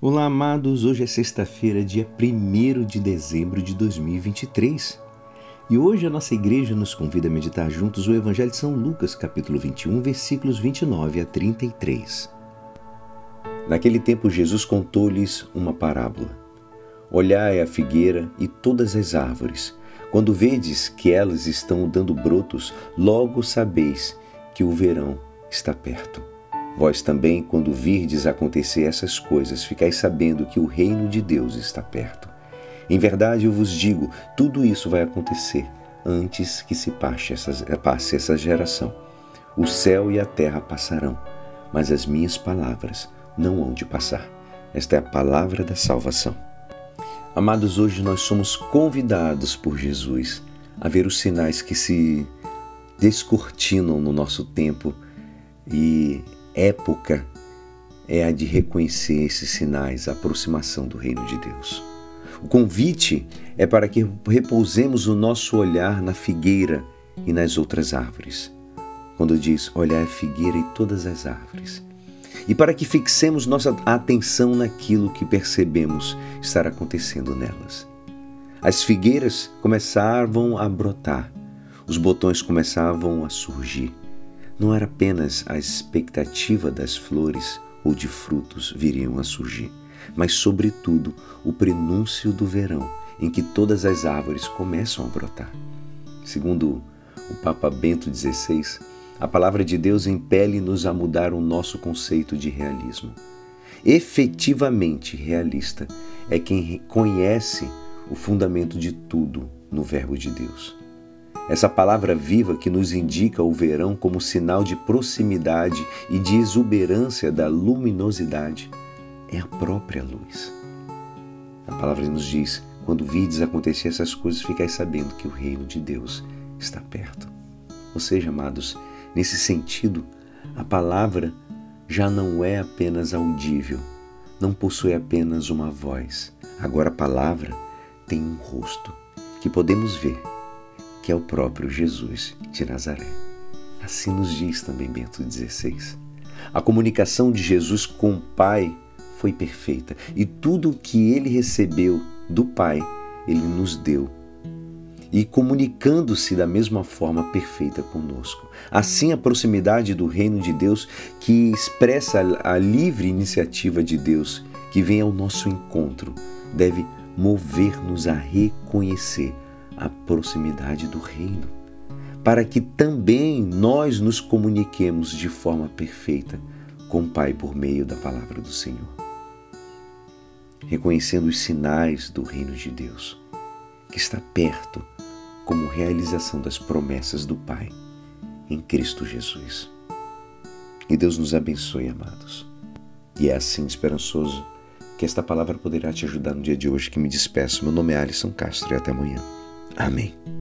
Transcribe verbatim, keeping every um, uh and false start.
Olá, amados. Hoje é sexta-feira, dia primeiro de dezembro de dois mil e vinte e três. E hoje a nossa igreja nos convida a meditar juntos o Evangelho de São Lucas, capítulo vinte e um, versículos vinte e nove a trinta e três. Naquele tempo, Jesus contou-lhes uma parábola. Olhai a figueira e todas as árvores. Quando vedes que elas estão dando brotos, logo sabeis que o verão está perto. Vós também, quando virdes acontecer essas coisas, ficais sabendo que o reino de Deus está perto. Em verdade eu vos digo, tudo isso vai acontecer antes que se passe essa, passe essa geração. O céu e a terra passarão, mas as minhas palavras não hão de passar. Esta é a palavra da salvação. Amados, hoje nós somos convidados por Jesus a ver os sinais que se descortinam no nosso tempo, e época é a de reconhecer esses sinais, a aproximação do reino de Deus. O convite é para que repousemos o nosso olhar na figueira e nas outras árvores. Quando diz, olhar a figueira e todas as árvores. E para que fixemos nossa atenção naquilo que percebemos estar acontecendo nelas. As figueiras começavam a brotar, os botões começavam a surgir. Não era apenas a expectativa das flores ou de frutos viriam a surgir, mas, sobretudo, o prenúncio do verão, em que todas as árvores começam a brotar. Segundo o Papa Bento dezesseis, a palavra de Deus impele-nos a mudar o nosso conceito de realismo. Efetivamente realista é quem conhece o fundamento de tudo no Verbo de Deus. Essa palavra viva que nos indica o verão como sinal de proximidade e de exuberância da luminosidade é a própria luz. A palavra nos diz, quando virdes acontecer essas coisas, ficais sabendo que o reino de Deus está perto. Ou seja, amados, nesse sentido, a palavra já não é apenas audível, não possui apenas uma voz. Agora a palavra tem um rosto que podemos ver, que é o próprio Jesus de Nazaré. Assim nos diz também Bento dezesseis. A comunicação de Jesus com o Pai foi perfeita e tudo o que ele recebeu do Pai, ele nos deu. E comunicando-se da mesma forma perfeita conosco. Assim, a proximidade do reino de Deus, que expressa a livre iniciativa de Deus, que vem ao nosso encontro, deve mover-nos a reconhecer a proximidade do reino, para que também nós nos comuniquemos de forma perfeita com o Pai por meio da palavra do Senhor. Reconhecendo os sinais do reino de Deus, que está perto como realização das promessas do Pai em Cristo Jesus. E Deus nos abençoe, amados. E é assim, esperançoso, que esta palavra poderá te ajudar no dia de hoje, que me despeço. Meu nome é Alisson Castro e até amanhã. Amém.